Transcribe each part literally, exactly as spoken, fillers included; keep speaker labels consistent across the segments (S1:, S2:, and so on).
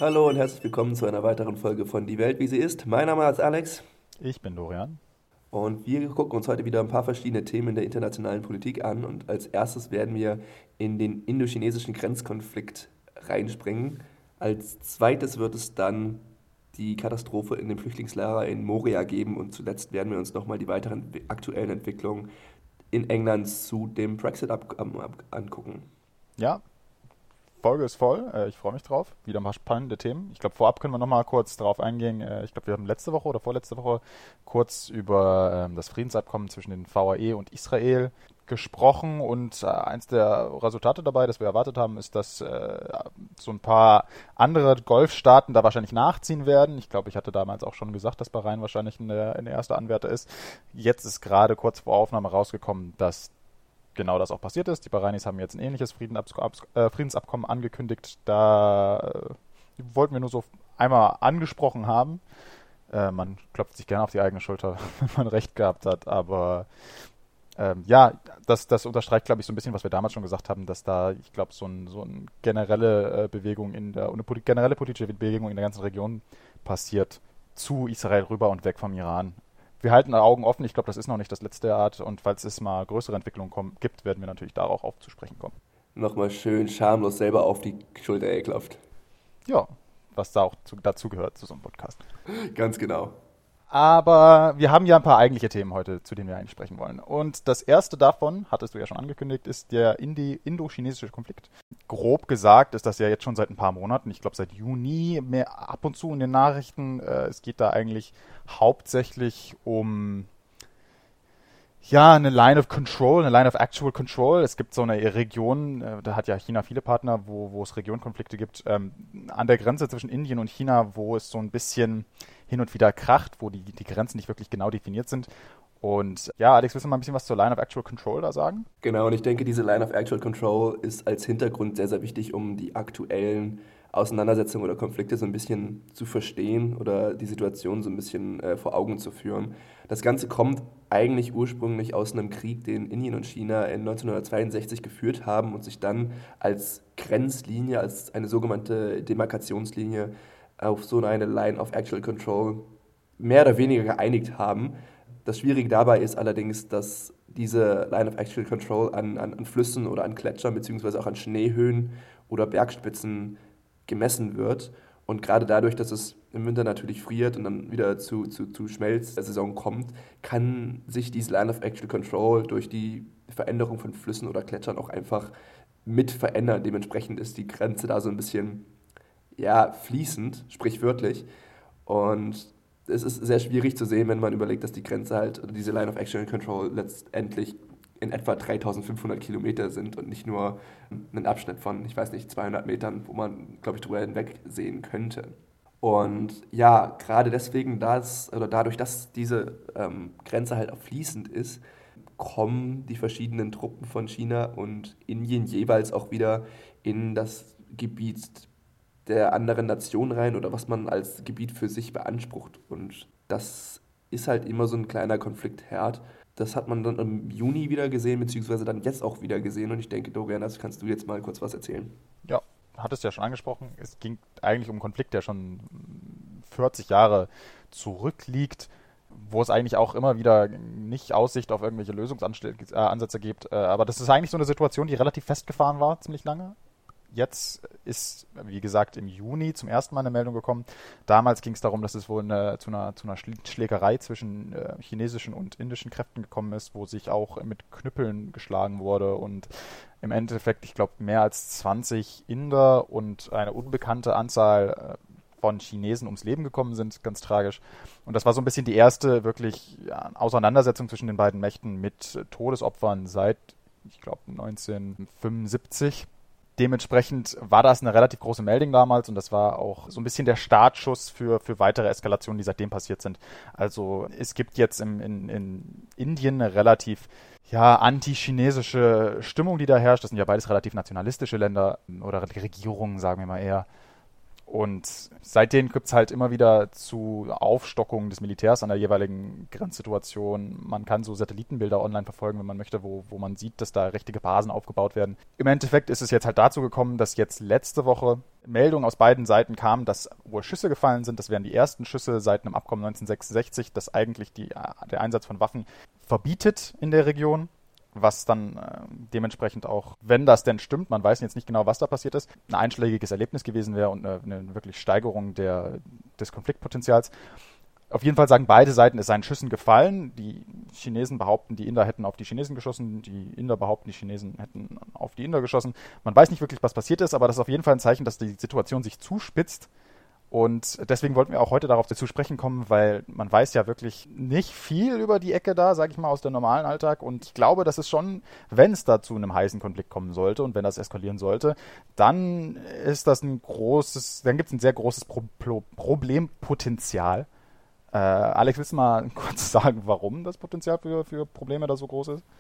S1: Hallo und herzlich willkommen zu einer weiteren Folge von Die Welt, wie sie ist. Mein Name ist Alex
S2: Ich bin Dorian.
S1: und wir gucken uns heute wieder ein paar verschiedene Themen der internationalen Politik an. Und als erstes werden wir in den indochinesischen Grenzkonflikt reinspringen. Als zweites wird es dann die Katastrophe in dem Flüchtlingslager in Moria geben. Und zuletzt werden wir uns nochmal die weiteren aktuellen Entwicklungen in England zu dem Brexit-Abkommen angucken.
S2: Ja, Folge ist voll. Äh, ich freue mich drauf. Wieder ein paar spannende Themen. Ich glaube, vorab können wir noch mal kurz darauf eingehen. Äh, ich glaube, wir haben letzte Woche oder vorletzte Woche kurz über ähm, das Friedensabkommen zwischen den V A E und Israel gesprochen. Und äh, eins der Resultate dabei, das wir erwartet haben, ist, dass äh, so ein paar andere Golfstaaten da wahrscheinlich nachziehen werden. Ich glaube, ich hatte damals auch schon gesagt, dass Bahrain wahrscheinlich eine, eine erste Anwärter ist. Jetzt ist gerade kurz vor Aufnahme rausgekommen, dass genau das auch passiert ist. Die Bahrainis haben jetzt ein ähnliches Friedensabkommen angekündigt. Da äh, wollten wir nur so einmal angesprochen haben. Äh, man klopft sich gerne auf die eigene Schulter, wenn man recht gehabt hat. Aber ähm, ja, das, das unterstreicht, glaube ich, so ein bisschen, was wir damals schon gesagt haben, dass da, ich glaube, so, ein, so eine generelle äh, Bewegung in der, eine polit- generelle politische Bewegung in der ganzen Region passiert zu Israel rüber und weg vom Iran. Wir halten Augen offen. Ich glaube, das ist noch nicht das letzte Art. Und falls es mal größere Entwicklungen kommen, gibt, werden wir natürlich darauf auch zu sprechen kommen.
S1: Nochmal schön schamlos selber auf die Schulter geklopft.
S2: Ja, was da auch zu, dazu gehört zu so einem Podcast.
S1: Ganz genau.
S2: Aber wir haben ja ein paar eigentliche Themen heute, zu denen wir eigentlich sprechen wollen. Und das erste davon, hattest du ja schon angekündigt, ist der Indi- indochinesische Konflikt. Grob gesagt ist das ja jetzt schon seit ein paar Monaten, ich glaube seit Juni, mehr ab und zu in den Nachrichten. Äh, es geht da eigentlich hauptsächlich um ja, eine Line of Control, eine Line of Actual Control. Es gibt so eine Region, äh, da hat ja China viele Partner, wo, wo es Regionkonflikte gibt, ähm, an der Grenze zwischen Indien und China, wo es so ein bisschen hin und wieder kracht, wo die, die Grenzen nicht wirklich genau definiert sind. Und ja, Alex, willst du mal ein bisschen was zur Line of Actual Control da sagen?
S1: Genau, und ich denke, diese Line of Actual Control ist als Hintergrund sehr, sehr wichtig, um die aktuellen Auseinandersetzungen oder Konflikte so ein bisschen zu verstehen oder die Situation so ein bisschen äh, vor Augen zu führen. Das Ganze kommt eigentlich ursprünglich aus einem Krieg, den Indien und China in neunzehnhundertzweiundsechzig geführt haben und sich dann als Grenzlinie, als eine sogenannte Demarkationslinie auf so eine Line of Actual Control mehr oder weniger geeinigt haben. Das Schwierige dabei ist allerdings, dass diese Line of Actual Control an, an, an Flüssen oder an Gletschern beziehungsweise auch an Schneehöhen oder Bergspitzen gemessen wird. Und gerade dadurch, dass es im Winter natürlich friert und dann wieder zu, zu, zu Schmelzsaison kommt, kann sich diese Line of Actual Control durch die Veränderung von Flüssen oder Gletschern auch einfach mit verändern. Dementsprechend ist die Grenze da so ein bisschen ja, fließend, sprichwörtlich. Und es ist sehr schwierig zu sehen, wenn man überlegt, dass die Grenze halt, oder diese Line of Actual Control letztendlich in etwa dreitausendfünfhundert Kilometer sind und nicht nur einen Abschnitt von, ich weiß nicht, zweihundert Metern, wo man, glaube ich, drüber hinweg sehen könnte. Und ja, gerade deswegen, dass, oder dadurch, dass diese ähm, Grenze halt auch fließend ist, kommen die verschiedenen Truppen von China und Indien jeweils auch wieder in das Gebiet der anderen Nation rein oder was man als Gebiet für sich beansprucht. Und das ist halt immer so ein kleiner Konfliktherd. Das hat man dann im Juni wieder gesehen, beziehungsweise dann jetzt auch wieder gesehen. Und ich denke, Dorian, das kannst du jetzt mal kurz was erzählen.
S2: Ja, hattest ja schon angesprochen. Es ging eigentlich um einen Konflikt, der schon vierzig Jahre zurückliegt, wo es eigentlich auch immer wieder nicht Aussicht auf irgendwelche Lösungsansätze gibt. Aber das ist eigentlich so eine Situation, die relativ festgefahren war, ziemlich lange. Jetzt ist, wie gesagt, im Juni zum ersten Mal eine Meldung gekommen. Damals ging es darum, dass es wohl eine, zu, einer, zu einer Schlägerei zwischen äh, chinesischen und indischen Kräften gekommen ist, wo sich auch mit Knüppeln geschlagen wurde und im Endeffekt, ich glaube, mehr als zwanzig Inder und eine unbekannte Anzahl äh, von Chinesen ums Leben gekommen sind, ganz tragisch. Und das war so ein bisschen die erste wirklich ja, Auseinandersetzung zwischen den beiden Mächten mit Todesopfern seit, ich glaube, neunzehnhundertfünfundsiebzig. Dementsprechend war das eine relativ große Meldung damals und das war auch so ein bisschen der Startschuss für, für weitere Eskalationen, die seitdem passiert sind. Also es gibt jetzt im, in, in Indien eine relativ ja, anti-chinesische Stimmung, die da herrscht. Das sind ja beides relativ nationalistische Länder oder die Regierungen, sagen wir mal eher. Und seitdem gibt es halt immer wieder zu Aufstockungen des Militärs an der jeweiligen Grenzsituation. Man kann so Satellitenbilder online verfolgen, wenn man möchte, wo, wo man sieht, dass da richtige Basen aufgebaut werden. Im Endeffekt ist es jetzt halt dazu gekommen, dass jetzt letzte Woche Meldungen aus beiden Seiten kamen, dass wohl Schüsse gefallen sind. Das wären die ersten Schüsse seit einem Abkommen neunzehnhundertsechsundsechzig, das eigentlich die, der Einsatz von Waffen verbietet in der Region. Was dann äh, dementsprechend auch, wenn das denn stimmt, man weiß jetzt nicht genau, was da passiert ist, ein einschlägiges Erlebnis gewesen wäre und eine, eine wirklich Steigerung der, des Konfliktpotenzials. Auf jeden Fall sagen beide Seiten, es seien Schüssen gefallen. Die Chinesen behaupten, die Inder hätten auf die Chinesen geschossen. Die Inder behaupten, die Chinesen hätten auf die Inder geschossen. Man weiß nicht wirklich, was passiert ist, aber das ist auf jeden Fall ein Zeichen, dass die Situation sich zuspitzt. Und deswegen wollten wir auch heute darauf zu sprechen kommen, weil man weiß ja wirklich nicht viel über die Ecke da, sage ich mal, aus dem normalen Alltag. Und ich glaube, dass es schon, wenn es da zu einem heißen Konflikt kommen sollte und wenn das eskalieren sollte, dann ist das ein großes, dann gibt es ein sehr großes Pro- Pro- Problempotenzial. Äh, Alex, willst du mal kurz sagen, warum das Potenzial für, für Probleme da so groß ist?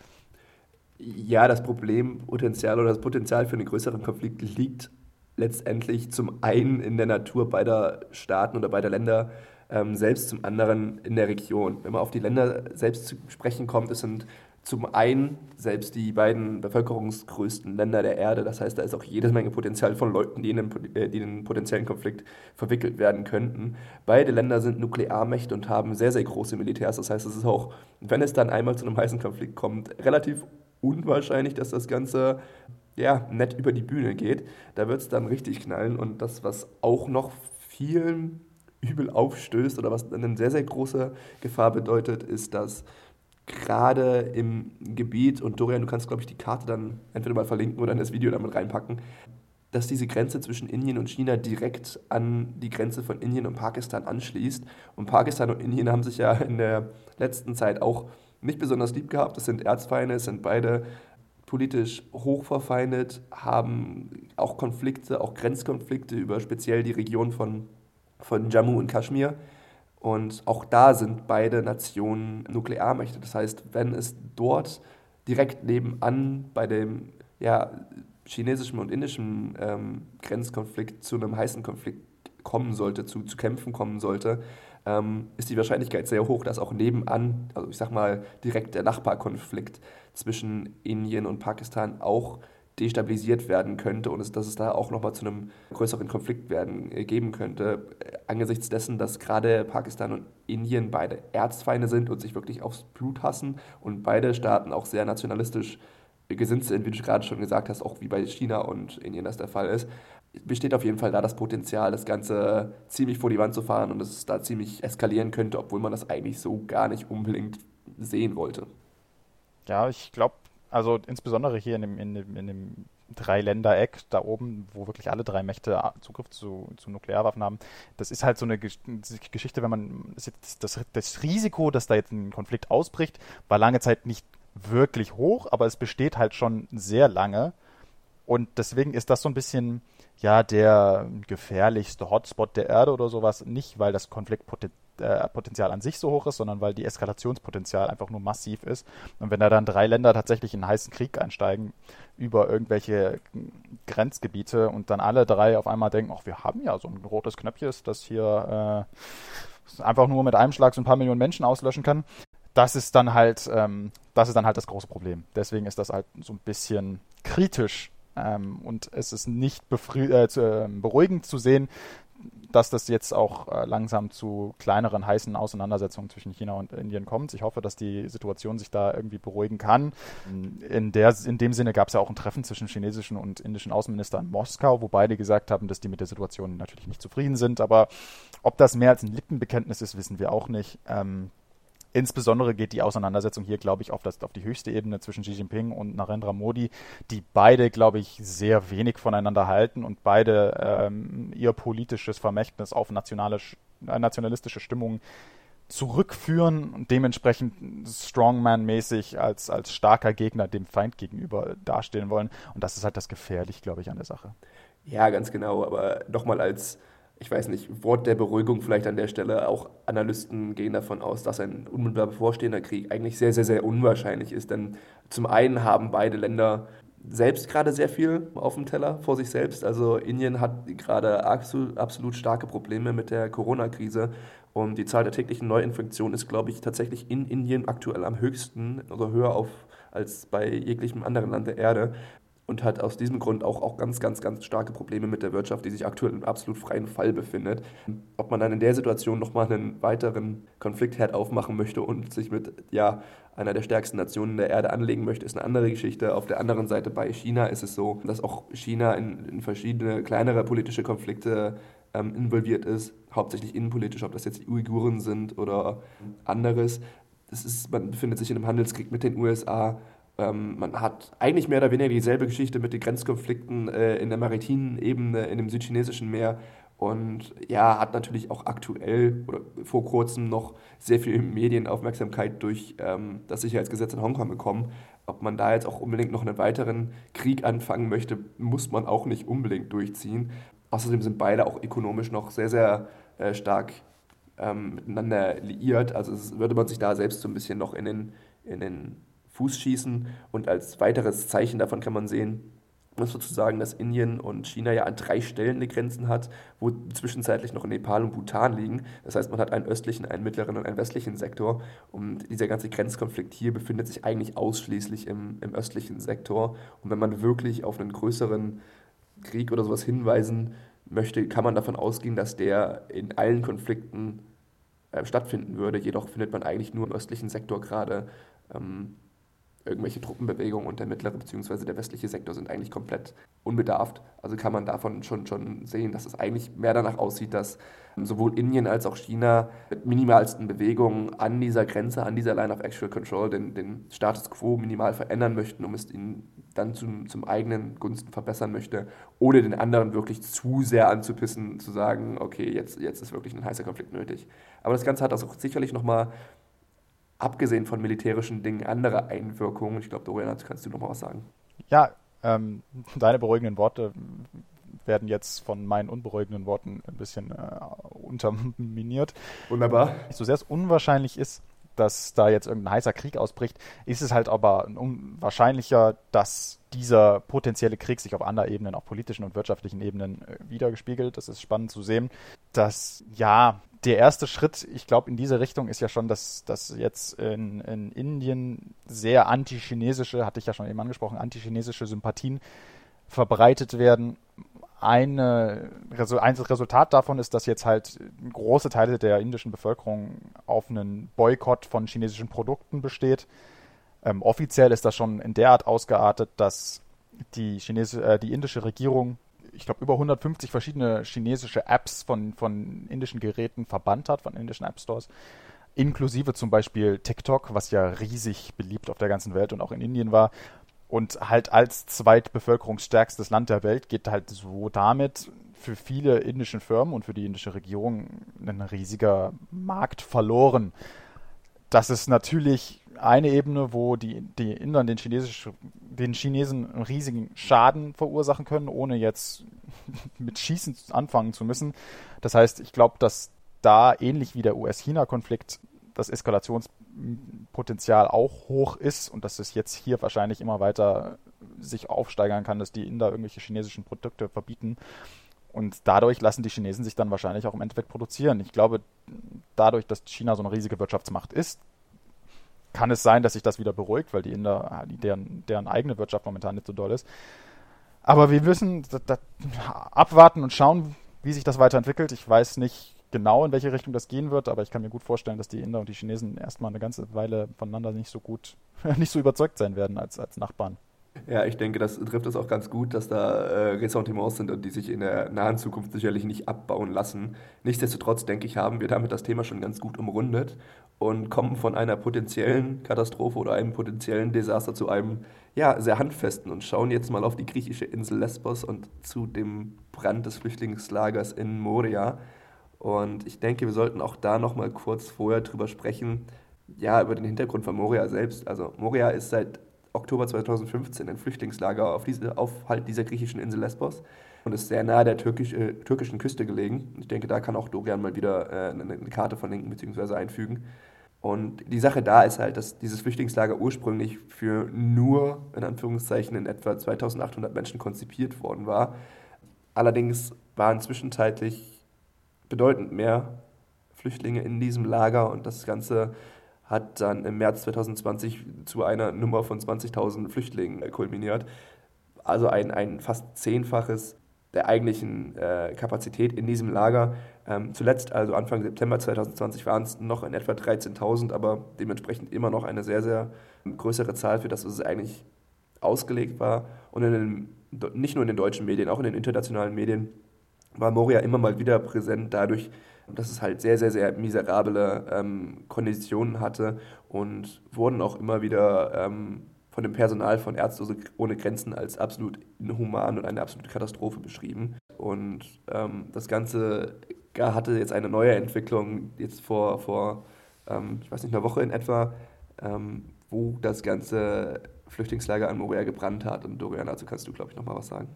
S1: Ja, das Problempotenzial oder das Potenzial für einen größeren Konflikt liegt letztendlich zum einen in der Natur beider Staaten oder beider Länder, ähm, selbst zum anderen in der Region. Wenn man auf die Länder selbst zu sprechen kommt, es sind zum einen selbst die beiden bevölkerungsgrößten Länder der Erde, das heißt, da ist auch jede Menge Potenzial von Leuten, die in einen, äh, die in einen potenziellen Konflikt verwickelt werden könnten. Beide Länder sind Nuklearmächte und haben sehr, sehr große Militärs, das heißt, es ist auch, wenn es dann einmal zu einem heißen Konflikt kommt, relativ unwahrscheinlich, dass das Ganze ja, nett über die Bühne geht. Da wird es dann richtig knallen. Und das, was auch noch vielen übel aufstößt oder was eine sehr, sehr große Gefahr bedeutet, ist, dass gerade im Gebiet, und Dorian, du kannst, glaube ich, die Karte dann entweder mal verlinken oder in das Video damit reinpacken, dass diese Grenze zwischen Indien und China direkt an die Grenze von Indien und Pakistan anschließt. Und Pakistan und Indien haben sich ja in der letzten Zeit auch nicht besonders lieb gehabt. Das sind Erzfeinde, es sind beide politisch hochverfeindet, haben auch Konflikte, auch Grenzkonflikte über speziell die Region von, von Jammu und Kaschmir. Und auch da sind beide Nationen Nuklearmächte. Das heißt, wenn es dort direkt nebenan bei dem ja, chinesischen und indischen ähm, Grenzkonflikt zu einem heißen Konflikt kommen sollte, zu, zu Kämpfen kommen sollte, ähm, ist die Wahrscheinlichkeit sehr hoch, dass auch nebenan, also ich sag mal direkt der Nachbarkonflikt zwischen Indien und Pakistan auch destabilisiert werden könnte und es, dass es da auch nochmal zu einem größeren Konflikt werden, äh, geben könnte, äh, angesichts dessen, dass gerade Pakistan und Indien beide Erzfeinde sind und sich wirklich aufs Blut hassen und beide Staaten auch sehr nationalistisch gesinnt sind, wie du gerade schon gesagt hast, auch wie bei China und Indien das der Fall ist. Besteht auf jeden Fall da das Potenzial, das Ganze ziemlich vor die Wand zu fahren und dass es da ziemlich eskalieren könnte, obwohl man das eigentlich so gar nicht unbedingt sehen wollte.
S2: Ja, ich glaube, also insbesondere hier in dem, in dem, in dem Dreiländereck da oben, wo wirklich alle drei Mächte Zugriff zu, zu Nuklearwaffen haben, das ist halt so eine Gesch- Geschichte, wenn man das, das, das Risiko, dass da jetzt ein Konflikt ausbricht, war lange Zeit nicht wirklich hoch, aber es besteht halt schon sehr lange und deswegen ist das so ein bisschen ja der gefährlichste Hotspot der Erde oder sowas, nicht weil das Konfliktpotenzial an sich so hoch ist, sondern weil die Eskalationspotenzial einfach nur massiv ist. Und wenn da dann drei Länder tatsächlich in einen heißen Krieg einsteigen über irgendwelche Grenzgebiete und dann alle drei auf einmal denken, ach, wir haben ja so ein rotes Knöpfchen, das hier äh, einfach nur mit einem Schlag so ein paar Millionen Menschen auslöschen kann, das ist dann halt, ähm, das ist dann halt das große Problem. Deswegen ist das halt so ein bisschen kritisch. Ähm, und es ist nicht befri- äh, zu, äh, beruhigend zu sehen, dass das jetzt auch äh, langsam zu kleineren, heißen Auseinandersetzungen zwischen China und Indien kommt. Ich hoffe, dass die Situation sich da irgendwie beruhigen kann. In, der, in dem Sinne gab es ja auch ein Treffen zwischen chinesischen und indischen Außenministern in Moskau, wo beide gesagt haben, dass die mit der Situation natürlich nicht zufrieden sind. Aber ob das mehr als ein Lippenbekenntnis ist, wissen wir auch nicht. Ähm, Insbesondere geht die Auseinandersetzung hier, glaube ich, auf, das, auf die höchste Ebene zwischen Xi Jinping und Narendra Modi, die beide, glaube ich, sehr wenig voneinander halten und beide ähm, ihr politisches Vermächtnis auf nationalisch, äh, nationalistische Stimmung zurückführen und dementsprechend Strongman-mäßig als, als starker Gegner dem Feind gegenüber dastehen wollen. Und das ist halt das Gefährlich, glaube ich, an der Sache.
S1: Ja, ganz genau, aber nochmal als, ich weiß nicht, Wort der Beruhigung vielleicht an der Stelle, auch Analysten gehen davon aus, dass ein unmittelbar bevorstehender Krieg eigentlich sehr, sehr, sehr unwahrscheinlich ist, denn zum einen haben beide Länder selbst gerade sehr viel auf dem Teller vor sich selbst. Also Indien hat gerade absolut, absolut starke Probleme mit der Corona-Krise und die Zahl der täglichen Neuinfektionen ist, glaube ich, tatsächlich in Indien aktuell am höchsten, also höher auf als bei jeglichem anderen Land der Erde und hat aus diesem Grund auch, auch ganz, ganz, ganz starke Probleme mit der Wirtschaft, die sich aktuell im absolut freien Fall befindet. Ob man dann in der Situation nochmal einen weiteren Konfliktherd aufmachen möchte und sich mit ja, einer der stärksten Nationen der Erde anlegen möchte, ist eine andere Geschichte. Auf der anderen Seite bei China ist es so, dass auch China in, in verschiedene kleinere politische Konflikte ähm, involviert ist, hauptsächlich innenpolitisch, ob das jetzt die Uiguren sind oder anderes. Das ist, man befindet sich in einem Handelskrieg mit den U S A. Ähm, man hat eigentlich mehr oder weniger dieselbe Geschichte mit den Grenzkonflikten äh, in der maritimen Ebene, in dem südchinesischen Meer. Und ja, hat natürlich auch aktuell oder vor kurzem noch sehr viel Medienaufmerksamkeit durch ähm, das Sicherheitsgesetz in Hongkong bekommen. Ob man da jetzt auch unbedingt noch einen weiteren Krieg anfangen möchte, muss man auch nicht unbedingt durchziehen. Außerdem sind beide auch ökonomisch noch sehr, sehr äh, stark ähm, miteinander liiert. Also es, würde man sich da selbst so ein bisschen noch in den, in den Fuß schießen. Und als weiteres Zeichen davon kann man sehen, muss sozusagen, dass Indien und China ja an drei Stellen die Grenzen hat, wo zwischenzeitlich noch Nepal und Bhutan liegen. Das heißt, man hat einen östlichen, einen mittleren und einen westlichen Sektor. Und dieser ganze Grenzkonflikt hier befindet sich eigentlich ausschließlich im, im östlichen Sektor. Und wenn man wirklich auf einen größeren Krieg oder sowas hinweisen möchte, kann man davon ausgehen, dass der in allen Konflikten äh, stattfinden würde. Jedoch findet man eigentlich nur im östlichen Sektor gerade ähm, irgendwelche Truppenbewegungen und der mittlere bzw. der westliche Sektor sind eigentlich komplett unbedarft. Also kann man davon schon, schon sehen, dass es eigentlich mehr danach aussieht, dass sowohl Indien als auch China mit minimalsten Bewegungen an dieser Grenze, an dieser Line of Actual Control den, den Status quo minimal verändern möchten, um es ihnen dann zum, zum eigenen Gunsten verbessern möchte, ohne den anderen wirklich zu sehr anzupissen, zu sagen, okay, jetzt, jetzt ist wirklich ein heißer Konflikt nötig. Aber das Ganze hat also sicherlich nochmal abgesehen von militärischen Dingen, andere Einwirkungen. Ich glaube, Dorian, kannst du noch mal was sagen?
S2: Ja, ähm, deine beruhigenden Worte werden jetzt von meinen unberuhigenden Worten ein bisschen äh, unterminiert.
S1: Wunderbar.
S2: So sehr es unwahrscheinlich ist, dass da jetzt irgendein heißer Krieg ausbricht, ist es halt aber wahrscheinlicher, dass dieser potenzielle Krieg sich auf anderen Ebenen, auch politischen und wirtschaftlichen Ebenen, äh, widergespiegelt. Das ist spannend zu sehen, dass ja der erste Schritt, ich glaube, in diese Richtung ist ja schon, dass, dass jetzt in, in Indien sehr antichinesische, hatte ich ja schon eben angesprochen, antichinesische Sympathien verbreitet werden. Eine, ein Resultat davon ist, dass jetzt halt große Teile der indischen Bevölkerung auf einen Boykott von chinesischen Produkten besteht. Ähm, offiziell ist das schon in der Art ausgeartet, dass die, Chinesi- äh, die indische Regierung ich glaube, über hundertfünfzig verschiedene chinesische Apps von, von indischen Geräten verbannt hat, von indischen App-Stores, inklusive zum Beispiel TikTok, was ja riesig beliebt auf der ganzen Welt und auch in Indien war. Und halt als zweitbevölkerungsstärkstes Land der Welt geht halt so damit für viele indische Firmen und für die indische Regierung ein riesiger Markt verloren. Das ist natürlich eine Ebene, wo die, die Inder den, Chinesisch, den Chinesen einen riesigen Schaden verursachen können, ohne jetzt mit Schießen anfangen zu müssen. Das heißt, ich glaube, dass da ähnlich wie der U S-China-Konflikt das Eskalationspotenzial auch hoch ist und dass es jetzt hier wahrscheinlich immer weiter sich aufsteigern kann, dass die Inder irgendwelche chinesischen Produkte verbieten. Und dadurch lassen die Chinesen sich dann wahrscheinlich auch im Endeffekt produzieren. Ich glaube, dadurch, dass China so eine riesige Wirtschaftsmacht ist, kann es sein, dass sich das wieder beruhigt, weil die Inder, deren, deren eigene Wirtschaft momentan nicht so doll ist. Aber wir müssen das, das abwarten und schauen, wie sich das weiterentwickelt. Ich weiß nicht genau, in welche Richtung das gehen wird, aber ich kann mir gut vorstellen, dass die Inder und die Chinesen erstmal eine ganze Weile voneinander nicht so gut, nicht so überzeugt sein werden als, als Nachbarn.
S1: Ja, ich denke, das trifft es auch ganz gut, dass da äh, Ressentiments sind und die sich in der nahen Zukunft sicherlich nicht abbauen lassen. Nichtsdestotrotz, denke ich, haben wir damit das Thema schon ganz gut umrundet und kommen von einer potenziellen Katastrophe oder einem potenziellen Desaster zu einem, ja, sehr handfesten und schauen jetzt mal auf die griechische Insel Lesbos und zu dem Brand des Flüchtlingslagers in Moria. Und ich denke, wir sollten auch da nochmal kurz vorher drüber sprechen, ja, über den Hintergrund von Moria selbst. Also Moria ist seit Oktober zweitausendfünfzehn ein Flüchtlingslager auf, diese, auf halt dieser griechischen Insel Lesbos und ist sehr nahe der türkisch, äh, türkischen Küste gelegen. Ich denke, da kann auch Dorian mal wieder äh, eine, eine Karte verlinken bzw. einfügen. Und die Sache da ist halt, dass dieses Flüchtlingslager ursprünglich für nur, in Anführungszeichen, in etwa zweitausendachthundert Menschen konzipiert worden war. Allerdings waren zwischenzeitlich bedeutend mehr Flüchtlinge in diesem Lager und das Ganze hat dann im März zweitausendzwanzig zu einer Nummer von zwanzigtausend Flüchtlingen kulminiert. Also ein, ein fast zehnfaches der eigentlichen äh, Kapazität in diesem Lager. Ähm, zuletzt, also Anfang September zweitausendzwanzig, waren es noch in etwa dreizehntausend, aber dementsprechend immer noch eine sehr, sehr größere Zahl für das, was es eigentlich ausgelegt war. Und in den, nicht nur in den deutschen Medien, auch in den internationalen Medien war Moria immer mal wieder präsent dadurch, dass es halt sehr, sehr, sehr miserable ähm, Konditionen hatte und wurden auch immer wieder ähm, von dem Personal von Ärzte ohne Grenzen als absolut inhuman und eine absolute Katastrophe beschrieben. Und ähm, das Ganze hatte jetzt eine neue Entwicklung, jetzt vor, vor ähm, ich weiß nicht, einer Woche in etwa, ähm, wo das ganze Flüchtlingslager an Moria gebrannt hat. Und Dorian, dazu kannst du, glaube ich, nochmal was sagen.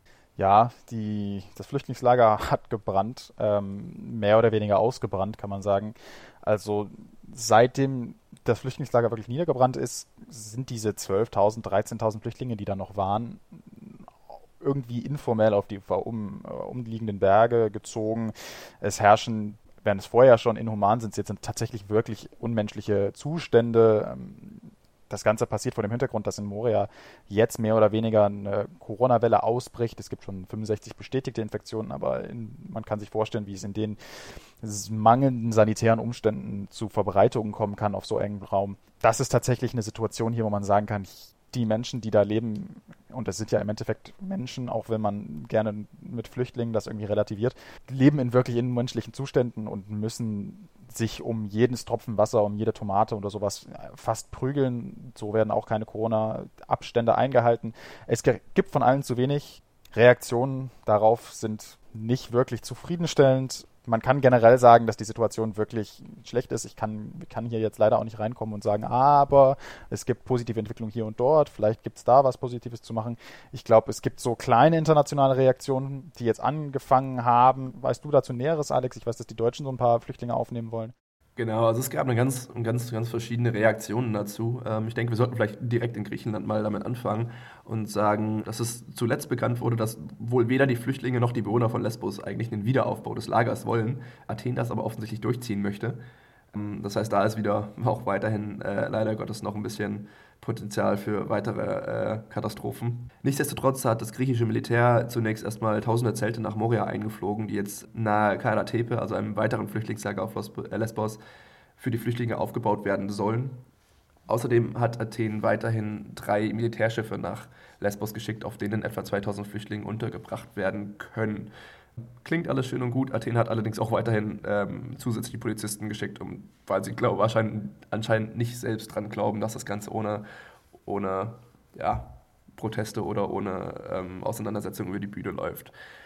S2: Ja, die, das Flüchtlingslager hat gebrannt, ähm, mehr oder weniger ausgebrannt, kann man sagen. Also seitdem das Flüchtlingslager wirklich niedergebrannt ist, sind diese zwölftausend, dreizehntausend Flüchtlinge, die da noch waren, irgendwie informell auf die um, äh, umliegenden Berge gezogen. Es herrschen, während es vorher schon inhuman sind, jetzt sind tatsächlich wirklich unmenschliche Zustände. Ähm, Das Ganze passiert vor dem Hintergrund, dass in Moria jetzt mehr oder weniger eine Corona-Welle ausbricht. Es gibt schon fünfundsechzig bestätigte Infektionen, aber in, man kann sich vorstellen, wie es in den mangelnden sanitären Umständen zu Verbreitungen kommen kann auf so engem Raum. Das ist tatsächlich eine Situation hier, wo man sagen kann, die Menschen, die da leben, und das sind ja im Endeffekt Menschen, auch wenn man gerne mit Flüchtlingen das irgendwie relativiert, leben in wirklich unmenschlichen Zuständen und müssen sich um jeden Tropfen Wasser, um jede Tomate oder sowas fast prügeln. So werden auch keine Corona-Abstände eingehalten. Es gibt von allen zu wenig. Reaktionen darauf sind nicht wirklich zufriedenstellend. Man kann generell sagen, dass die Situation wirklich schlecht ist. Ich kann, kann hier jetzt leider auch nicht reinkommen und sagen, aber es gibt positive Entwicklungen hier und dort. Vielleicht gibt es da was Positives zu machen. Ich glaube, es gibt so kleine internationale Reaktionen, die jetzt angefangen haben. Weißt du dazu Näheres, Alex? Ich weiß, dass die Deutschen so ein paar Flüchtlinge aufnehmen wollen.
S1: Genau, also es gab eine ganz, ganz, ganz verschiedene Reaktionen dazu. Ähm, ich denke, wir sollten vielleicht direkt in Griechenland mal damit anfangen und sagen, dass es zuletzt bekannt wurde, dass wohl weder die Flüchtlinge noch die Bewohner von Lesbos eigentlich einen Wiederaufbau des Lagers wollen, Athen das aber offensichtlich durchziehen möchte. Ähm, das heißt, da ist wieder auch weiterhin äh, leider Gottes noch ein bisschen Potenzial für weitere äh, Katastrophen. Nichtsdestotrotz hat das griechische Militär zunächst erstmal tausende Zelte nach Moria eingeflogen, die jetzt nahe Karatepe, also einem weiteren Flüchtlingslager auf Lesbos, für die Flüchtlinge aufgebaut werden sollen. Außerdem hat Athen weiterhin drei Militärschiffe nach Lesbos geschickt, auf denen etwa zweitausend Flüchtlinge untergebracht werden können. Klingt alles schön und gut. Athen hat allerdings auch weiterhin ähm, zusätzliche Polizisten geschickt, um, weil sie glaub, wahrscheinlich, anscheinend nicht selbst dran glauben, dass das Ganze ohne, ohne ja, Proteste oder ohne ähm, Auseinandersetzung über die Bühne läuft.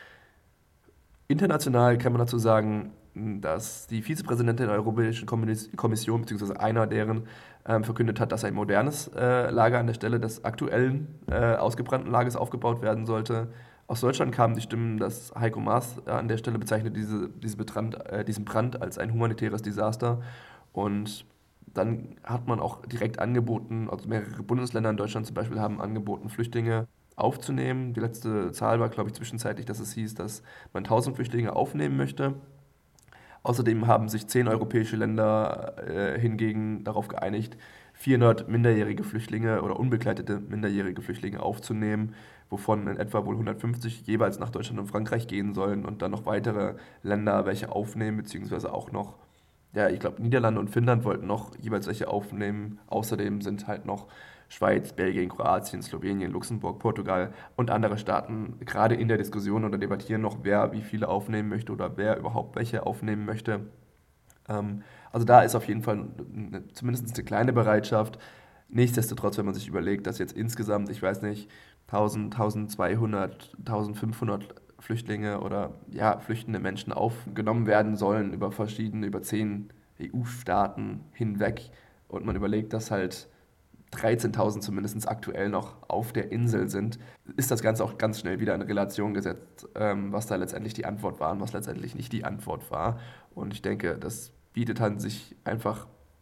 S1: International kann man dazu sagen, dass die Vizepräsidentin der Europäischen Kommission, beziehungsweise einer deren, ähm, verkündet hat, dass ein modernes äh, Lager an der Stelle des aktuellen äh, ausgebrannten Lagers aufgebaut werden sollte. Aus Deutschland kamen die Stimmen, dass Heiko Maas äh, an der Stelle bezeichnet diese, diese Betrand, äh, diesen Brand als ein humanitäres Desaster. Und dann hat man auch direkt angeboten, also mehrere Bundesländer in Deutschland zum Beispiel haben angeboten, Flüchtlinge aufzunehmen. Die letzte Zahl war, glaube ich, zwischenzeitlich, dass es hieß, dass man tausend Flüchtlinge aufnehmen möchte. Außerdem haben sich zehn europäische Länder äh, hingegen darauf geeinigt, vierhundert minderjährige Flüchtlinge oder unbegleitete minderjährige Flüchtlinge aufzunehmen, wovon in etwa wohl hundertfünfzig jeweils nach Deutschland und Frankreich gehen sollen und dann noch weitere Länder welche aufnehmen, beziehungsweise auch noch, ja, ich glaube, Niederlande und Finnland wollten noch jeweils welche aufnehmen. Außerdem sind halt noch Schweiz, Belgien, Kroatien, Slowenien, Luxemburg, Portugal und andere Staaten gerade in der Diskussion oder debattieren noch, wer wie viele aufnehmen möchte oder wer überhaupt welche aufnehmen möchte. Ähm, also da ist auf jeden Fall eine, zumindest eine kleine Bereitschaft. Nichtsdestotrotz, wenn man sich überlegt, dass jetzt insgesamt, ich weiß nicht, tausend, tausendzweihundert, tausendfünfhundert Flüchtlinge oder ja, flüchtende Menschen aufgenommen werden sollen über verschiedene, über zehn E U-Staaten hinweg und man überlegt, dass halt dreizehntausend zumindest aktuell noch auf der Insel sind, ist das Ganze auch ganz schnell wieder in Relation gesetzt, ähm, was da letztendlich die Antwort war und was letztendlich nicht die Antwort war. Und ich denke, das bietet dann sich einfach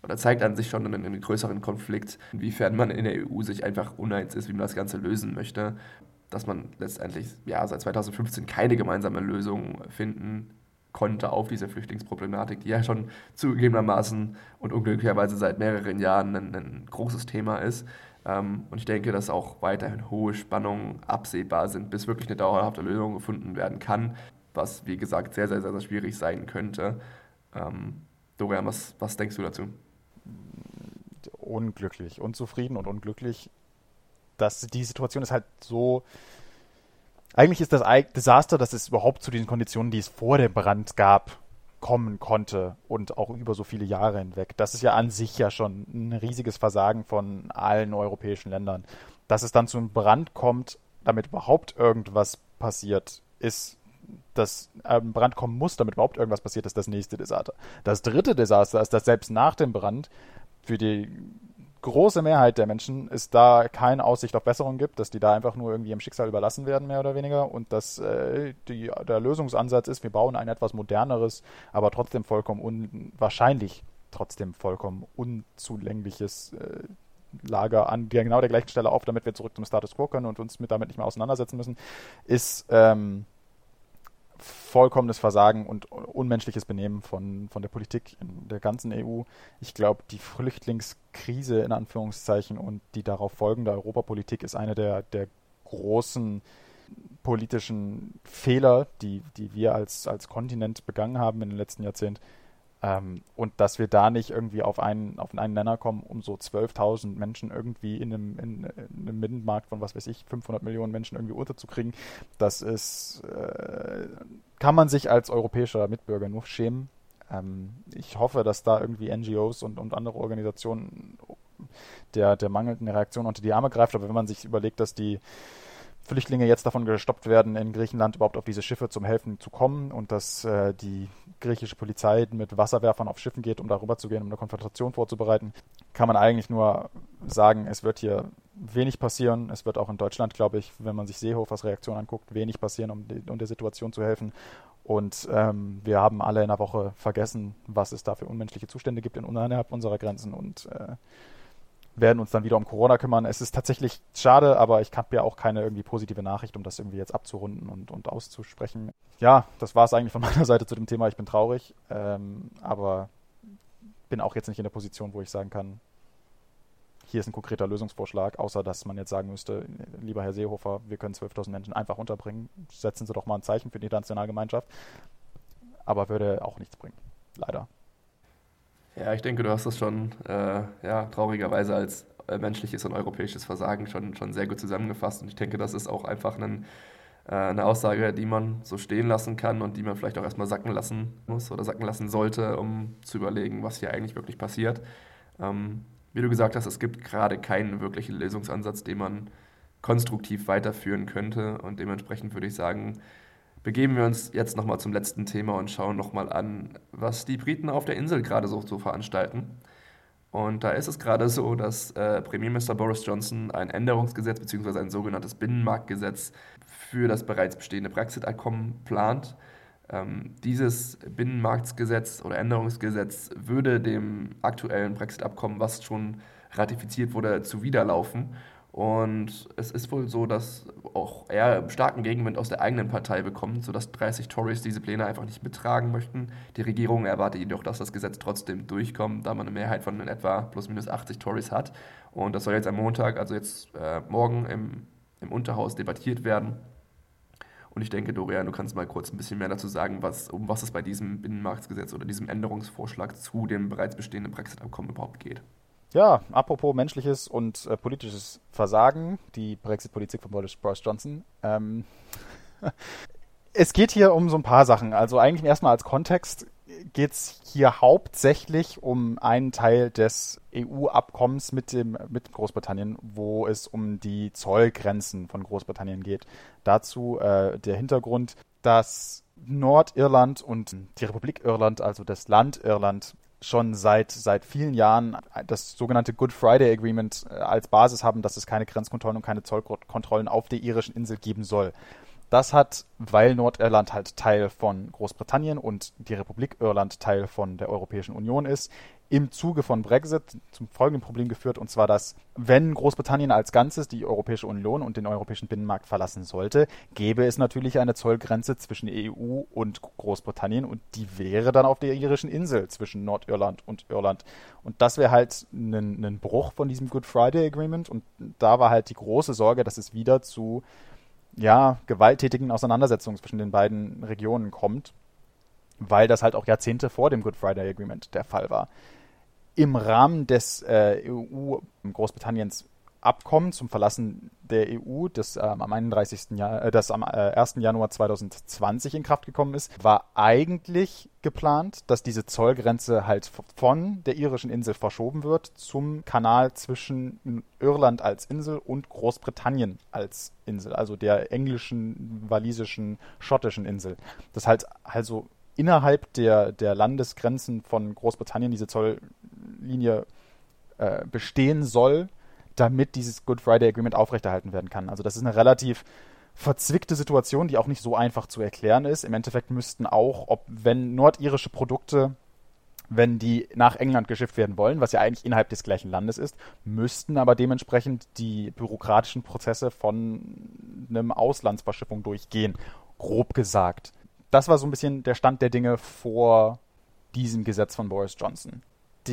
S1: oder zeigt an sich schon einen, einen größeren Konflikt, inwiefern man in der E U sich einfach uneins ist, wie man das Ganze lösen möchte. Dass man letztendlich ja, seit zweitausendfünfzehn keine gemeinsame Lösung finden konnte auf diese Flüchtlingsproblematik, die ja schon zugegebenermaßen und unglücklicherweise seit mehreren Jahren ein, ein großes Thema ist. Ähm, und ich denke, dass auch weiterhin hohe Spannungen absehbar sind, bis wirklich eine dauerhafte Lösung gefunden werden kann, was, wie gesagt, sehr, sehr, sehr, sehr schwierig sein könnte. Ähm, Dorian, was, was denkst du dazu?
S2: Unglücklich, unzufrieden und unglücklich. Dass die Situation ist halt so. Eigentlich ist das Desaster, dass es überhaupt zu diesen Konditionen, die es vor dem Brand gab, kommen konnte und auch über so viele Jahre hinweg. Das ist ja an sich ja schon ein riesiges Versagen von allen europäischen Ländern. Dass es dann zu einem Brand kommt, damit überhaupt irgendwas passiert, ist, dass ein Brand kommen muss, damit überhaupt irgendwas passiert, ist das nächste Desaster. Das dritte Desaster ist, dass selbst nach dem Brand für die große Mehrheit der Menschen es da keine Aussicht auf Besserung gibt, dass die da einfach nur irgendwie im Schicksal überlassen werden, mehr oder weniger, und dass äh, die, der Lösungsansatz ist, wir bauen ein etwas moderneres, aber trotzdem vollkommen un, wahrscheinlich trotzdem vollkommen unzulängliches äh, Lager an der, genau der gleichen Stelle auf, damit wir zurück zum Status Quo können und uns mit damit nicht mehr auseinandersetzen müssen, ist ähm, vollkommenes Versagen und unmenschliches Benehmen von, von der Politik in der ganzen E U. Ich glaube, die Flüchtlingskrise in Anführungszeichen und die darauf folgende Europapolitik ist eine der, der großen politischen Fehler, die, die wir als, als Kontinent begangen haben in den letzten Jahrzehnten. Ähm, und dass wir da nicht irgendwie auf einen, auf einen Nenner kommen, um so zwölftausend Menschen irgendwie in einem, in, in einem Binnenmarkt von, was weiß ich, fünfhundert Millionen Menschen irgendwie unterzukriegen, das ist, äh, kann man sich als europäischer Mitbürger nur schämen. Ähm, ich hoffe, dass da irgendwie N G Os und, und andere Organisationen der, der mangelnden Reaktion unter die Arme greift. Aber wenn man sich überlegt, dass die Flüchtlinge jetzt davon gestoppt werden, in Griechenland überhaupt auf diese Schiffe zum Helfen zu kommen und dass äh, die griechische Polizei mit Wasserwerfern auf Schiffen geht, um darüber zu gehen, um eine Konfrontation vorzubereiten, kann man eigentlich nur sagen, es wird hier wenig passieren. Es wird auch in Deutschland, glaube ich, wenn man sich Seehofers Reaktion anguckt, wenig passieren, um, die, um der Situation zu helfen. Und ähm, wir haben alle in einer Woche vergessen, was es da für unmenschliche Zustände gibt in, innerhalb unserer Grenzen und äh, werden uns dann wieder um Corona kümmern. Es ist tatsächlich schade, aber ich habe ja auch keine irgendwie positive Nachricht, um das irgendwie jetzt abzurunden und, und auszusprechen. Ja, das war es eigentlich von meiner Seite zu dem Thema. Ich bin traurig, ähm, aber bin auch jetzt nicht in der Position, wo ich sagen kann, hier ist ein konkreter Lösungsvorschlag, außer dass man jetzt sagen müsste, lieber Herr Seehofer, wir können zwölftausend Menschen einfach unterbringen. Setzen Sie doch mal ein Zeichen für die internationale Gemeinschaft. Aber würde auch nichts bringen, leider.
S1: Ja, ich denke, du hast das schon äh, ja, traurigerweise als äh, menschliches und europäisches Versagen schon, schon sehr gut zusammengefasst. Und ich denke, das ist auch einfach ein, äh, eine Aussage, die man so stehen lassen kann und die man vielleicht auch erstmal sacken lassen muss oder sacken lassen sollte, um zu überlegen, was hier eigentlich wirklich passiert. Ähm, wie du gesagt hast, es gibt gerade keinen wirklichen Lösungsansatz, den man konstruktiv weiterführen könnte. Und dementsprechend würde ich sagen, begeben wir uns jetzt nochmal zum letzten Thema und schauen nochmal an, was die Briten auf der Insel gerade so, so veranstalten. Und da ist es gerade so, dass äh, Premierminister Boris Johnson ein Änderungsgesetz bzw. ein sogenanntes Binnenmarktgesetz für das bereits bestehende Brexit-Abkommen plant. Ähm, dieses Binnenmarktgesetz oder Änderungsgesetz würde dem aktuellen Brexit-Abkommen, was schon ratifiziert wurde, zuwiderlaufen. Und es ist wohl so, dass auch er starken Gegenwind aus der eigenen Partei bekommt, sodass dreißig Tories diese Pläne einfach nicht mittragen möchten. Die Regierung erwartet jedoch, dass das Gesetz trotzdem durchkommt, da man eine Mehrheit von in etwa plus minus achtzig Tories hat. Und das soll jetzt am Montag, also jetzt äh, morgen im, im Unterhaus debattiert werden. Und ich denke, Dorian, du kannst mal kurz ein bisschen mehr dazu sagen, was, um was es bei diesem Binnenmarktgesetz oder diesem Änderungsvorschlag zu dem bereits bestehenden Brexit-Abkommen überhaupt geht.
S2: Ja, apropos menschliches und äh, politisches Versagen, die Brexit-Politik von Boris Johnson. Ähm, es geht hier um so ein paar Sachen. Also eigentlich erstmal als Kontext geht es hier hauptsächlich um einen Teil des E U-Abkommens mit dem mit Großbritannien, wo es um die Zollgrenzen von Großbritannien geht. Dazu äh, der Hintergrund, dass Nordirland und die Republik Irland, also das Land Irland, schon seit, seit vielen Jahren das sogenannte Good Friday Agreement als Basis haben, dass es keine Grenzkontrollen und keine Zollkontrollen auf der irischen Insel geben soll. Das hat, weil Nordirland halt Teil von Großbritannien und die Republik Irland Teil von der Europäischen Union ist, im Zuge von Brexit zum folgenden Problem geführt, und zwar, dass wenn Großbritannien als Ganzes die Europäische Union und den europäischen Binnenmarkt verlassen sollte, gäbe es natürlich eine Zollgrenze zwischen E U und Großbritannien und die wäre dann auf der irischen Insel zwischen Nordirland und Irland. Und das wäre halt ein, ein Bruch von diesem Good Friday Agreement und da war halt die große Sorge, dass es wieder zu ja, gewalttätigen Auseinandersetzungen zwischen den beiden Regionen kommt, weil das halt auch Jahrzehnte vor dem Good Friday Agreement der Fall war. Im Rahmen des äh, E U-Großbritanniens Abkommen zum Verlassen der E U, das ähm, am einunddreißigsten Jahr, äh, das am äh, ersten Januar zweitausendzwanzig in Kraft gekommen ist, war eigentlich geplant, dass diese Zollgrenze halt von der irischen Insel verschoben wird zum Kanal zwischen Irland als Insel und Großbritannien als Insel, also der englischen, walisischen, schottischen Insel. Das halt also innerhalb der, der Landesgrenzen von Großbritannien diese Zolllinie äh, bestehen soll, damit dieses Good Friday Agreement aufrechterhalten werden kann. Also das ist eine relativ verzwickte Situation, die auch nicht so einfach zu erklären ist. Im Endeffekt müssten auch, ob wenn nordirische Produkte, wenn die nach England geschifft werden wollen, was ja eigentlich innerhalb des gleichen Landes ist, müssten aber dementsprechend die bürokratischen Prozesse von einem Auslandsverschiffung durchgehen, grob gesagt. Das war so ein bisschen der Stand der Dinge vor diesem Gesetz von Boris Johnson.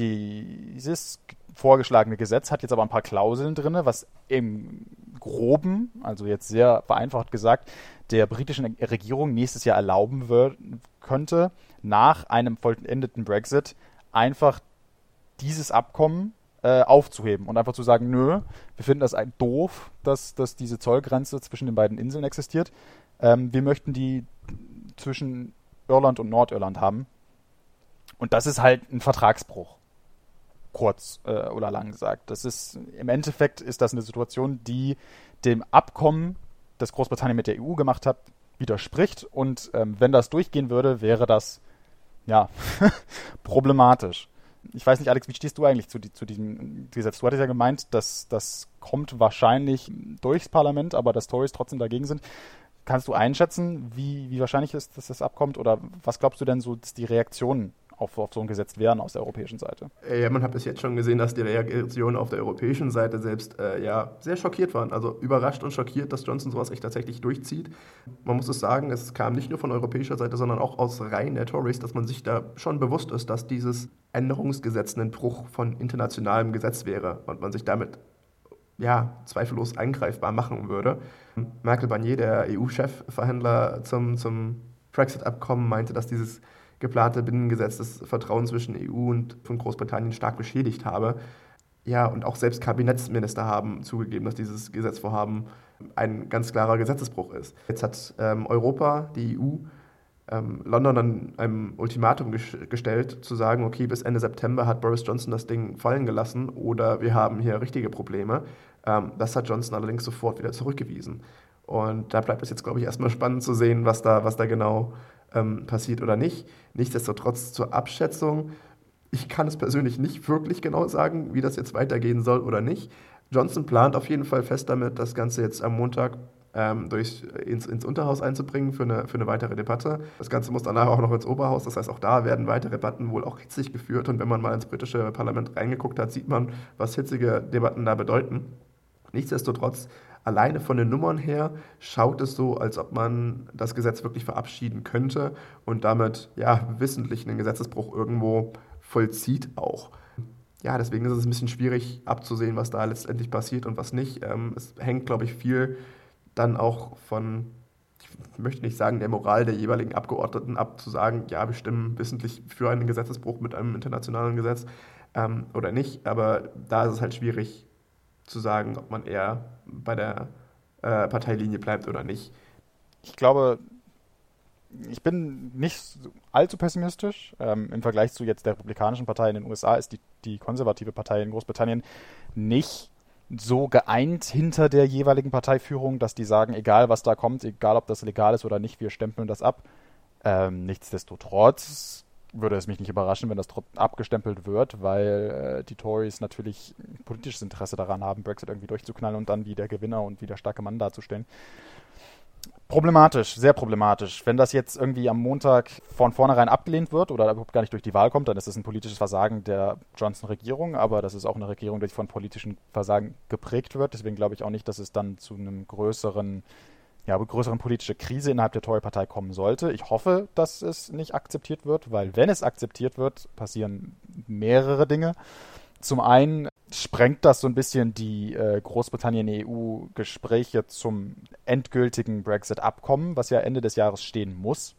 S2: Dieses vorgeschlagene Gesetz hat jetzt aber ein paar Klauseln drin, was im Groben, also jetzt sehr vereinfacht gesagt, der britischen Regierung nächstes Jahr erlauben wird, könnte, nach einem vollendeten Brexit einfach dieses Abkommen äh, aufzuheben und einfach zu sagen, nö, wir finden das ein doof, dass, dass diese Zollgrenze zwischen den beiden Inseln existiert. Ähm, wir möchten die zwischen Irland und Nordirland haben. Und das ist halt ein Vertragsbruch. Kurz äh, oder lang gesagt. Das ist, im Endeffekt ist das eine Situation, die dem Abkommen, das Großbritannien mit der E U gemacht hat, widerspricht. Und ähm, wenn das durchgehen würde, wäre das, ja, problematisch. Ich weiß nicht, Alex, wie stehst du eigentlich zu, die, zu diesem Gesetz? Du hattest ja gemeint, dass das kommt wahrscheinlich durchs Parlament, aber dass Tories trotzdem dagegen sind. Kannst du einschätzen, wie, wie wahrscheinlich ist, dass das abkommt? Oder was glaubst du denn so, dass die Reaktionen auf, auf so ein Gesetz wären aus der europäischen Seite?
S1: Ja, man hat bis jetzt schon gesehen, dass die Reaktionen auf der europäischen Seite selbst äh, ja, sehr schockiert waren. Also überrascht und schockiert, dass Johnson sowas echt tatsächlich durchzieht. Man muss es sagen, es kam nicht nur von europäischer Seite, sondern auch aus Reihen der Tories, dass man sich da schon bewusst ist, dass dieses Änderungsgesetz ein Bruch von internationalem Gesetz wäre und man sich damit ja, zweifellos eingreifbar machen würde. Michael Barnier, der E U-Chefverhandler zum, zum Brexit-Abkommen, meinte, dass dieses geplante Binnengesetz das Vertrauen zwischen E U und von Großbritannien stark beschädigt habe. Ja, und auch selbst Kabinettsminister haben zugegeben, dass dieses Gesetzvorhaben ein ganz klarer Gesetzesbruch ist. Jetzt hat ähm, Europa, die E U, ähm, London dann einem Ultimatum ges- gestellt, zu sagen, okay, bis Ende September hat Boris Johnson das Ding fallen gelassen oder wir haben hier richtige Probleme. Ähm, das hat Johnson allerdings sofort wieder zurückgewiesen. Und da bleibt es jetzt, glaube ich, erstmal spannend zu sehen, was da, was da genau ähm, passiert oder nicht. Nichtsdestotrotz zur Abschätzung. Ich kann es persönlich nicht wirklich genau sagen, wie das jetzt weitergehen soll oder nicht. Johnson plant auf jeden Fall fest damit, das Ganze jetzt am Montag ähm, durch, ins, ins Unterhaus einzubringen für eine, für eine weitere Debatte. Das Ganze muss danach auch noch ins Oberhaus, das heißt, auch da werden weitere Debatten wohl auch hitzig geführt. Und wenn man mal ins britische Parlament reingeguckt hat, sieht man, was hitzige Debatten da bedeuten. Nichtsdestotrotz, alleine von den Nummern her schaut es so, als ob man das Gesetz wirklich verabschieden könnte und damit ja wissentlich einen Gesetzesbruch irgendwo vollzieht auch. Ja, deswegen ist es ein bisschen schwierig abzusehen, was da letztendlich passiert und was nicht. Ähm, es hängt, glaube ich, viel dann auch von, ich möchte nicht sagen, der Moral der jeweiligen Abgeordneten ab, zu sagen, ja, wir stimmen wissentlich für einen Gesetzesbruch mit einem internationalen Gesetz ähm, oder nicht. Aber da ist es halt schwierig zu sagen, ob man eher bei der äh, Parteilinie bleibt oder nicht.
S2: Ich glaube, ich bin nicht allzu pessimistisch. Ähm, im Vergleich zu jetzt der Republikanischen Partei in den U S A ist die, die konservative Partei in Großbritannien nicht so geeint hinter der jeweiligen Parteiführung, dass die sagen, egal was da kommt, egal ob das legal ist oder nicht, wir stempeln das ab. Ähm, nichtsdestotrotz würde es mich nicht überraschen, wenn das abgestempelt wird, weil äh, die Tories natürlich politisches Interesse daran haben, Brexit irgendwie durchzuknallen und dann wie der Gewinner und wie der starke Mann dazustellen. Problematisch, sehr problematisch. Wenn das jetzt irgendwie am Montag von vornherein abgelehnt wird oder überhaupt gar nicht durch die Wahl kommt, dann ist das ein politisches Versagen der Johnson-Regierung, aber das ist auch eine Regierung, die von politischen Versagen geprägt wird. Deswegen glaube ich auch nicht, dass es dann zu einem größeren, ja, größeren politische Krise innerhalb der Tory-Partei kommen sollte. Ich hoffe, dass es nicht akzeptiert wird, weil wenn es akzeptiert wird, passieren mehrere Dinge. Zum einen sprengt das so ein bisschen die äh, Großbritannien-E U-Gespräche zum endgültigen Brexit-Abkommen, was ja Ende des Jahres stehen muss.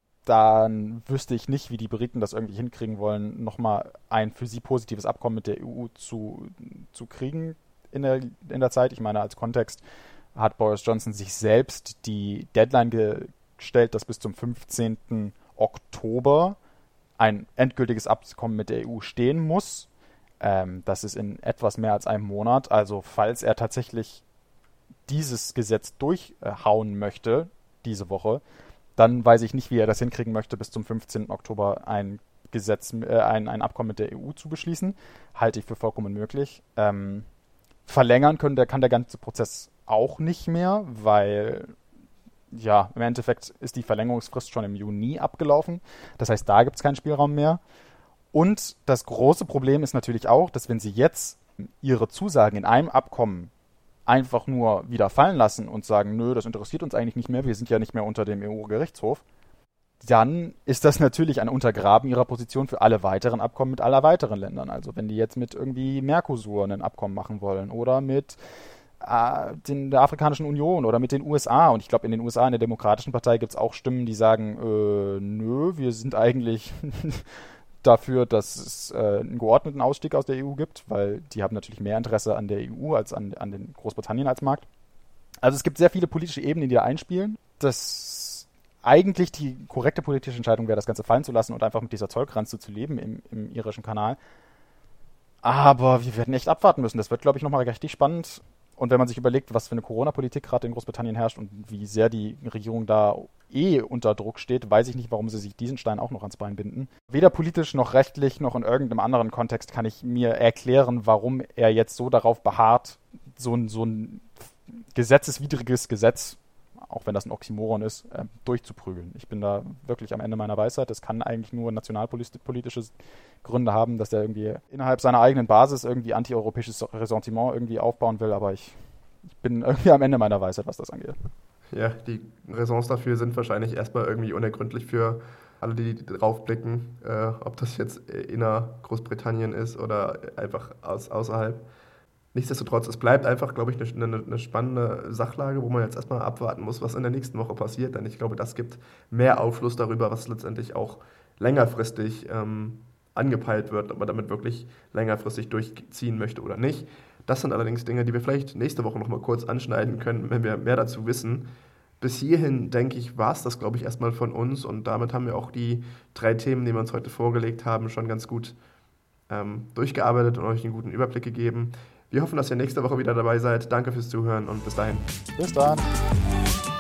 S2: Dann wüsste ich nicht, wie die Briten das irgendwie hinkriegen wollen, nochmal ein für sie positives Abkommen mit der E U zu, zu kriegen in der, in der Zeit. Ich meine, als Kontext hat Boris Johnson sich selbst die Deadline gestellt, dass bis zum fünfzehnten Oktober ein endgültiges Abkommen mit der E U stehen muss. Ähm, das ist in etwas mehr als einem Monat. Also falls er tatsächlich dieses Gesetz durchhauen möchte, diese Woche, dann weiß ich nicht, wie er das hinkriegen möchte, bis zum fünfzehnten Oktober ein Gesetz, äh, ein, ein Abkommen mit der E U zu beschließen. Halte ich für vollkommen möglich. Ähm, verlängern können, der, kann der ganze Prozess auch nicht mehr, weil ja, im Endeffekt ist die Verlängerungsfrist schon im Juni abgelaufen. Das heißt, da gibt es keinen Spielraum mehr. Und das große Problem ist natürlich auch, dass wenn sie jetzt ihre Zusagen in einem Abkommen einfach nur wieder fallen lassen und sagen, nö, das interessiert uns eigentlich nicht mehr, wir sind ja nicht mehr unter dem E U-Gerichtshof, dann ist das natürlich ein Untergraben ihrer Position für alle weiteren Abkommen mit aller weiteren Ländern. Also wenn die jetzt mit irgendwie Mercosur ein Abkommen machen wollen oder mit äh, den, der Afrikanischen Union oder mit den U S A, und ich glaube in den U S A in der Demokratischen Partei gibt es auch Stimmen, die sagen, äh, nö, wir sind eigentlich dafür, dass es äh, einen geordneten Ausstieg aus der E U gibt, weil die haben natürlich mehr Interesse an der E U als an, an den Großbritannien als Markt. Also es gibt sehr viele politische Ebenen, die da einspielen. Das eigentlich die korrekte politische Entscheidung wäre, das Ganze fallen zu lassen und einfach mit dieser Zollgrenze zu leben im, im irischen Kanal. Aber wir werden echt abwarten müssen. Das wird, glaube ich, nochmal richtig spannend. Und wenn man sich überlegt, was für eine Corona-Politik gerade in Großbritannien herrscht und wie sehr die Regierung da eh unter Druck steht, weiß ich nicht, warum sie sich diesen Stein auch noch ans Bein binden. Weder politisch noch rechtlich noch in irgendeinem anderen Kontext kann ich mir erklären, warum er jetzt so darauf beharrt, so ein, so ein gesetzeswidriges Gesetz, auch wenn das ein Oxymoron ist, äh, durchzuprügeln. Ich bin da wirklich am Ende meiner Weisheit. Das kann eigentlich nur nationalpolitische Gründe haben, dass er irgendwie innerhalb seiner eigenen Basis irgendwie antieuropäisches Ressentiment irgendwie aufbauen will, aber ich, ich bin irgendwie am Ende meiner Weisheit, was das angeht.
S1: Ja, die Raisons dafür sind wahrscheinlich erstmal irgendwie unergründlich für alle, die drauf blicken, äh, ob das jetzt inner Großbritannien ist oder einfach aus, außerhalb. Nichtsdestotrotz, es bleibt einfach, glaube ich, eine, eine spannende Sachlage, wo man jetzt erstmal abwarten muss, was in der nächsten Woche passiert. Denn ich glaube, das gibt mehr Aufschluss darüber, was letztendlich auch längerfristig ähm, angepeilt wird, ob man damit wirklich längerfristig durchziehen möchte oder nicht. Das sind allerdings Dinge, die wir vielleicht nächste Woche nochmal kurz anschneiden können, wenn wir mehr dazu wissen. Bis hierhin, denke ich, war es das, glaube ich, erstmal von uns. Und damit haben wir auch die drei Themen, die wir uns heute vorgelegt haben, schon ganz gut ähm, durchgearbeitet und euch einen guten Überblick gegeben. Wir hoffen, dass ihr nächste Woche wieder dabei seid. Danke fürs Zuhören und bis dahin.
S2: Bis dann.